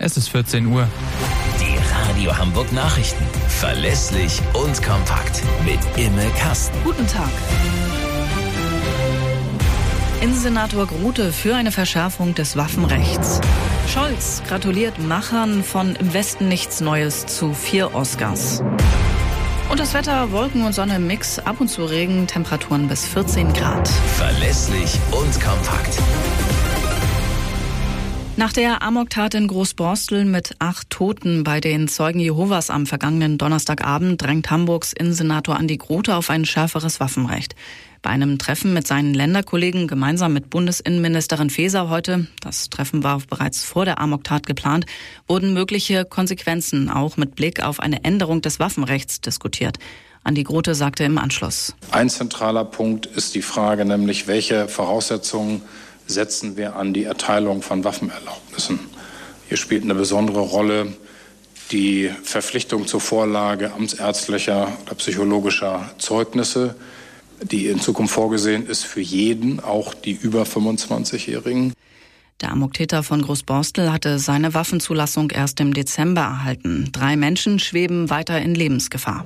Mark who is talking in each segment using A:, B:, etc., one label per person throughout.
A: Es ist 14 Uhr.
B: Die Radio Hamburg Nachrichten. Verlässlich und kompakt. Mit Imme Kasten.
C: Guten Tag. Innensenator Grute für eine Verschärfung des Waffenrechts. Scholz gratuliert Machern von Im Westen nichts Neues zu 4 Oscars. Und das Wetter, Wolken und Sonne im Mix, ab und zu Regen, Temperaturen bis 14 Grad.
B: Verlässlich und kompakt.
C: Nach der Amoktat in Großborstel mit 8 Toten bei den Zeugen Jehovas am vergangenen Donnerstagabend drängt Hamburgs Innensenator Andi Grute auf ein schärferes Waffenrecht. Bei einem Treffen mit seinen Länderkollegen gemeinsam mit Bundesinnenministerin Faeser heute, das Treffen war bereits vor der Amoktat geplant, wurden mögliche Konsequenzen auch mit Blick auf eine Änderung des Waffenrechts diskutiert. Andi Grute sagte im Anschluss:
D: Ein zentraler Punkt ist die Frage, nämlich welche Voraussetzungen setzen wir an die Erteilung von Waffenerlaubnissen. Hier spielt eine besondere Rolle die Verpflichtung zur Vorlage amtsärztlicher oder psychologischer Zeugnisse, die in Zukunft vorgesehen ist für jeden, auch die über 25-Jährigen.
C: Der Amoktäter von Großborstel hatte seine Waffenzulassung erst im Dezember erhalten. 3 Menschen schweben weiter in Lebensgefahr.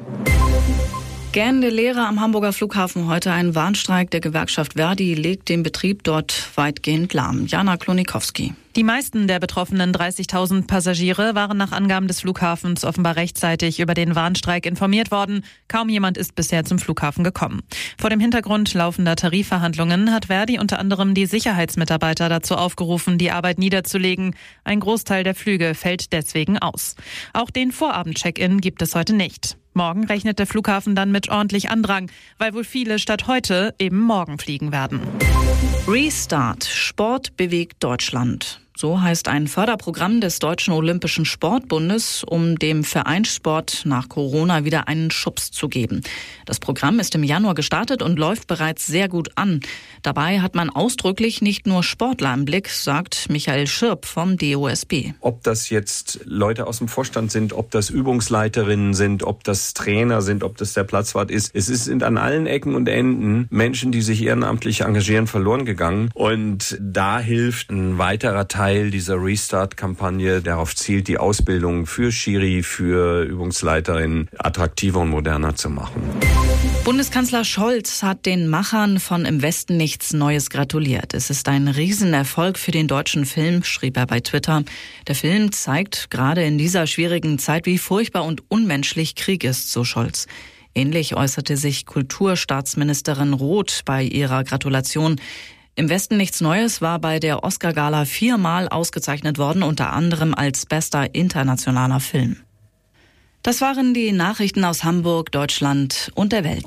C: Gähnende Lehrer am Hamburger Flughafen heute. Ein Warnstreik der Gewerkschaft Verdi legt den Betrieb dort weitgehend lahm. Jana Klonikowski.
E: Die meisten der betroffenen 30.000 Passagiere waren nach Angaben des Flughafens offenbar rechtzeitig über den Warnstreik informiert worden. Kaum jemand ist bisher zum Flughafen gekommen. Vor dem Hintergrund laufender Tarifverhandlungen hat Verdi unter anderem die Sicherheitsmitarbeiter dazu aufgerufen, die Arbeit niederzulegen. Ein Großteil der Flüge fällt deswegen aus. Auch den Vorabend-Check-in gibt es heute nicht. Morgen rechnet der Flughafen dann mit ordentlich Andrang, weil wohl viele statt heute eben morgen fliegen werden.
C: Restart. Sport bewegt Deutschland. So heißt ein Förderprogramm des Deutschen Olympischen Sportbundes, um dem Vereinssport nach Corona wieder einen Schubs zu geben. Das Programm ist im Januar gestartet und läuft bereits sehr gut an. Dabei hat man ausdrücklich nicht nur Sportler im Blick, sagt Michael Schirp vom DOSB.
F: Ob das jetzt Leute aus dem Vorstand sind, ob das Übungsleiterinnen sind, ob das Trainer sind, ob das der Platzwart ist. Es sind an allen Ecken und Enden Menschen, die sich ehrenamtlich engagieren, verloren gegangen. Und da hilft ein weiterer Teil dieser Restart-Kampagne, darauf zielt, die Ausbildung für Schiri, für Übungsleiterinnen attraktiver und moderner zu machen.
C: Bundeskanzler Scholz hat den Machern von Im Westen nichts Neues gratuliert. Es ist ein Riesenerfolg für den deutschen Film, schrieb er bei Twitter. Der Film zeigt gerade in dieser schwierigen Zeit, wie furchtbar und unmenschlich Krieg ist, so Scholz. Ähnlich äußerte sich Kulturstaatsministerin Roth bei ihrer Gratulation. Im Westen nichts Neues war bei der Oscar-Gala 4-mal ausgezeichnet worden, unter anderem als bester internationaler Film. Das waren die Nachrichten aus Hamburg, Deutschland und der Welt.